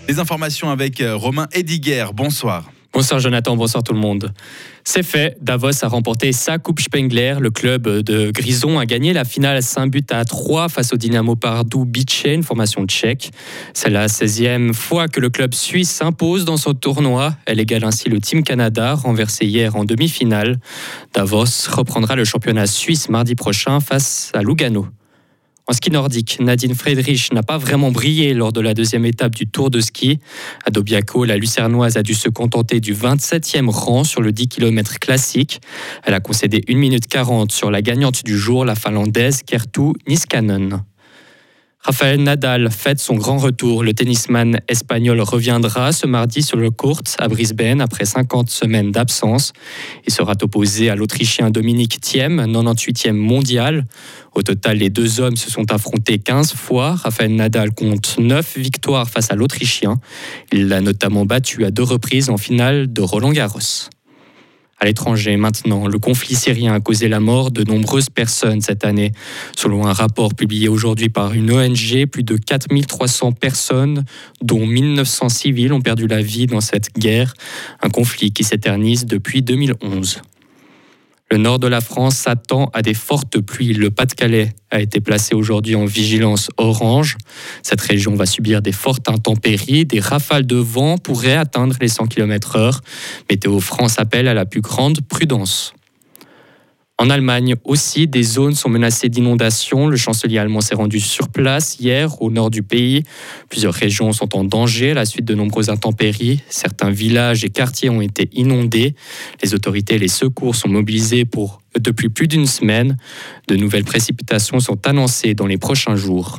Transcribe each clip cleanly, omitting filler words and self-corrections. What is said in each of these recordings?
Les informations avec Romain Hédiguer. Bonsoir. Bonsoir Jonathan, bonsoir tout le monde. C'est fait, Davos a remporté sa Coupe Spengler. Le club de Grison a gagné la finale 5-3 face au Dynamo Pardubice, une formation tchèque. C'est la 16e fois que le club suisse s'impose dans son tournoi. Elle égale ainsi le Team Canada, renversé hier en demi-finale. Davos reprendra le championnat suisse mardi prochain face à Lugano. En ski nordique, Nadine Friedrich n'a pas vraiment brillé lors de la deuxième étape du Tour de ski. À Dobiaco, la Lucernoise a dû se contenter du 27e rang sur le 10 km classique. Elle a concédé 1 minute 40 sur la gagnante du jour, la Finlandaise Kerttu Niskanen. Rafael Nadal fête son grand retour. Le tennisman espagnol reviendra ce mardi sur le court à Brisbane après 50 semaines d'absence. Il sera opposé à l'Autrichien Dominic Thiem, 98e mondial. Au total, les deux hommes se sont affrontés 15 fois. Rafael Nadal compte 9 victoires face à l'Autrichien. Il l'a notamment battu à 2 reprises en finale de Roland-Garros. À l'étranger maintenant, le conflit syrien a causé la mort de nombreuses personnes cette année. Selon un rapport publié aujourd'hui par une ONG, plus de 4300 personnes, dont 1900 civils, ont perdu la vie dans cette guerre, un conflit qui s'éternise depuis 2011. Le nord de la France s'attend à des fortes pluies. Le Pas-de-Calais a été placé aujourd'hui en vigilance orange. Cette région va subir des fortes intempéries. Des rafales de vent pourraient atteindre les 100 km/h. Météo France appelle à la plus grande prudence. En Allemagne aussi, des zones sont menacées d'inondations. Le chancelier allemand s'est rendu sur place hier au nord du pays. Plusieurs régions sont en danger à la suite de nombreuses intempéries. Certains villages et quartiers ont été inondés. Les autorités et les secours sont mobilisés depuis plus d'une semaine. De nouvelles précipitations sont annoncées dans les prochains jours.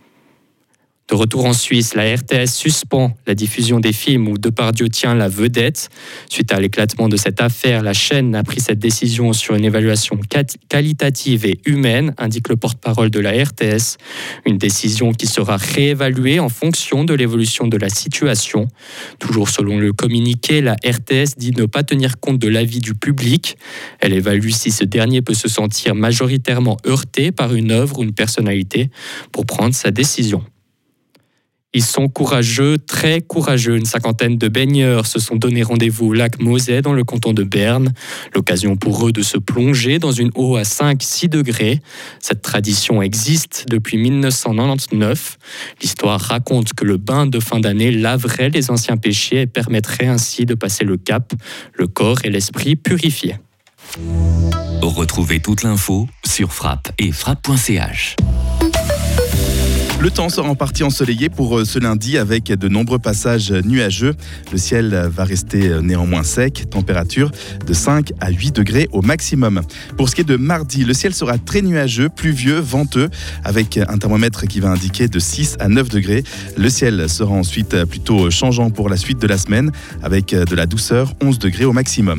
De retour en Suisse, la RTS suspend la diffusion des films où Depardieu tient la vedette. Suite à l'éclatement de cette affaire, la chaîne a pris cette décision sur une évaluation qualitative et humaine, indique le porte-parole de la RTS. Une décision qui sera réévaluée en fonction de l'évolution de la situation. Toujours selon le communiqué, la RTS dit ne pas tenir compte de l'avis du public. Elle évalue si ce dernier peut se sentir majoritairement heurté par une œuvre ou une personnalité pour prendre sa décision. Ils sont courageux, très courageux. Une cinquantaine de baigneurs se sont donné rendez-vous au lac Mosée dans le canton de Berne. L'occasion pour eux de se plonger dans une eau à 5-6 degrés. Cette tradition existe depuis 1999. L'histoire raconte que le bain de fin d'année laverait les anciens péchés et permettrait ainsi de passer le cap, le corps et l'esprit purifiés. Retrouvez toute l'info sur Frappe et frappe.ch. Le temps sera en partie ensoleillé pour ce lundi avec de nombreux passages nuageux. Le ciel va rester néanmoins sec, température de 5 à 8 degrés au maximum. Pour ce qui est de mardi, le ciel sera très nuageux, pluvieux, venteux, avec un thermomètre qui va indiquer de 6 à 9 degrés. Le ciel sera ensuite plutôt changeant pour la suite de la semaine, avec de la douceur, 11 degrés au maximum.